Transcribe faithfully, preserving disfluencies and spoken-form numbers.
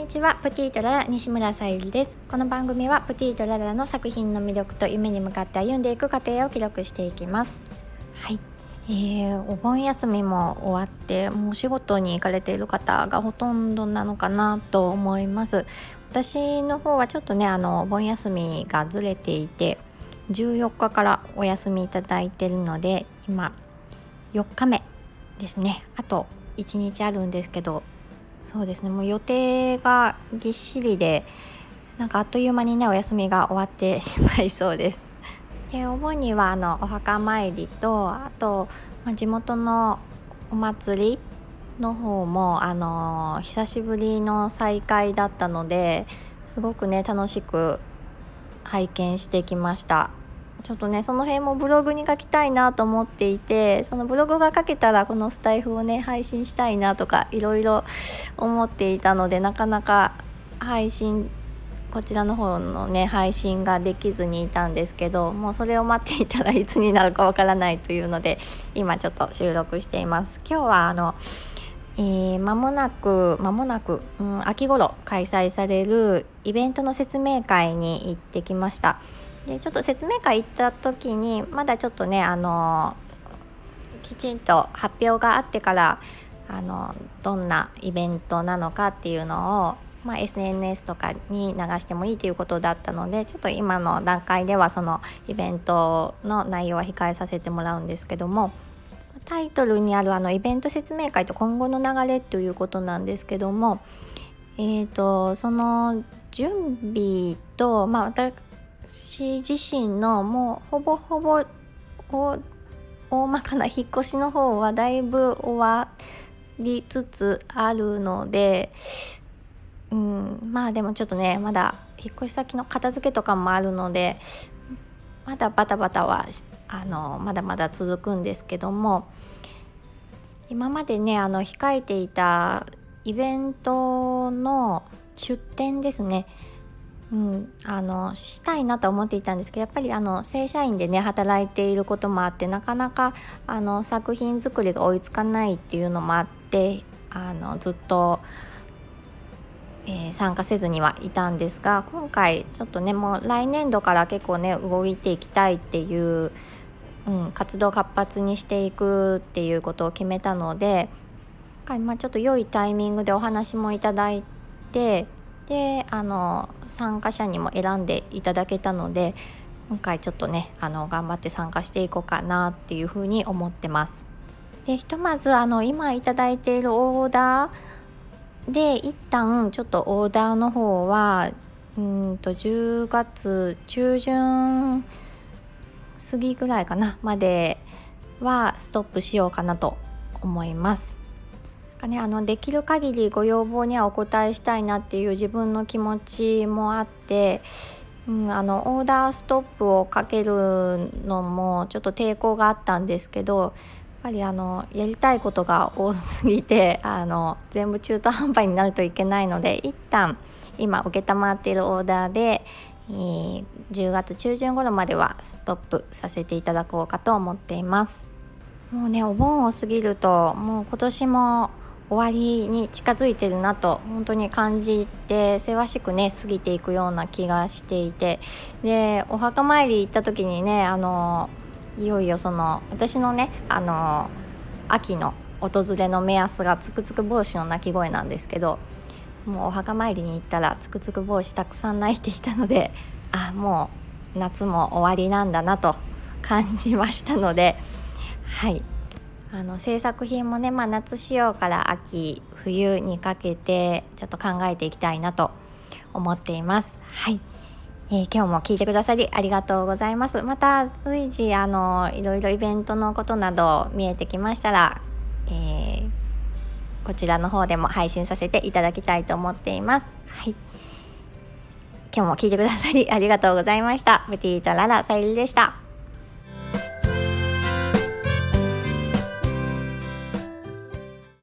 にちは。プティとララ西村さゆりです。この番組はプティとララの作品の魅力と夢に向かって歩んでいく過程を記録していきます。はい、えー、お盆休みも終わってもうお仕事に行かれている方がほとんどなのかなと思います。私の方はちょっとねあのお盆休みがずれていてじゅうよっかからお休みいただいているので今よっかめですね。あといちにちあるんですけど、そうですね、もう予定がぎっしりでなんかあっという間にねお休みが終わってしまいそうです。でお盆にはあのお墓参りとあと、まあ、地元のお祭りの方もあのー、久しぶりの再会だったのですごくね楽しく拝見してきました。ちょっとねその辺もブログに書きたいなと思っていて、そのブログが書けたらこのスタイフをね配信したいなとかいろいろ思っていたので、なかなか配信こちらの方のね配信ができずにいたんですけど、もうそれを待っていたらいつになるかわからないというので今ちょっと収録しています。今日はあのえー、間もなく間もなく、うん、秋頃開催されるイベントの説明会に行ってきました。でちょっと説明会行った時にまだちょっとねあのきちんと発表があってからあのどんなイベントなのかっていうのを、まあ、エスエヌエス とかに流してもいいということだったので、ちょっと今の段階ではそのイベントの内容は控えさせてもらうんですけども、タイトルにあるあのイベント説明会と今後の流れということなんですけども、えーとその準備と、まあ、私自身のもうほぼほぼ大まかな引っ越しの方はだいぶ終わりつつあるので、うん、まあでもちょっとねまだ引っ越し先の片付けとかもあるのでまだバタバタはあのまだまだ続くんですけども、今までねあの控えていたイベントの出店ですね、うん、あのしたいなと思っていたんですけど、やっぱりあの正社員でね働いていることもあってなかなかあの作品作りが追いつかないっていうのもあってあのずっと、えー、参加せずにはいたんですが、今回ちょっとねもう来年度から結構ね動いていきたいっていう、うん、活動を活発にしていくっていうことを決めたので、まあ、ちょっと良いタイミングでお話もいただいて、であの参加者にも選んでいただけたので今回ちょっとねあの頑張って参加していこうかなっていうふうに思ってます。でひとまずあの今いただいているオーダーで一旦ちょっとオーダーの方はうんとじゅうがつ中旬過ぎぐらいかなまではストップしようかなと思います。ね、あのできる限りご要望にはお答えしたいなっていう自分の気持ちもあって、うん、あのオーダーストップをかけるのもちょっと抵抗があったんですけど、やっぱりあのやりたいことが多すぎてあの全部中途半端になるといけないので、一旦今承っているオーダーで、えー、じゅうがつ中旬頃まではストップさせていただこうかと思っています。もうねお盆を過ぎるともう今年も終わりに近づいてるなと本当に感じて、せわしくね過ぎていくような気がしていて、でお墓参り行った時にねあのいよいよその私のねあの秋の訪れの目安がつくつく帽子の鳴き声なんですけど、もうお墓参りに行ったらつくつく帽子たくさん鳴いていたので、あもう夏も終わりなんだなと感じましたので、はいあの制作品もね、まあ、夏仕様から秋冬にかけてちょっと考えていきたいなと思っています。はい、えー、今日も聞いてくださりありがとうございます。また随時あのいろいろイベントのことなど見えてきましたら、えー、こちらの方でも配信させていただきたいと思っています。はい、今日も聞いてくださりありがとうございました。ブティとララさゆりでした。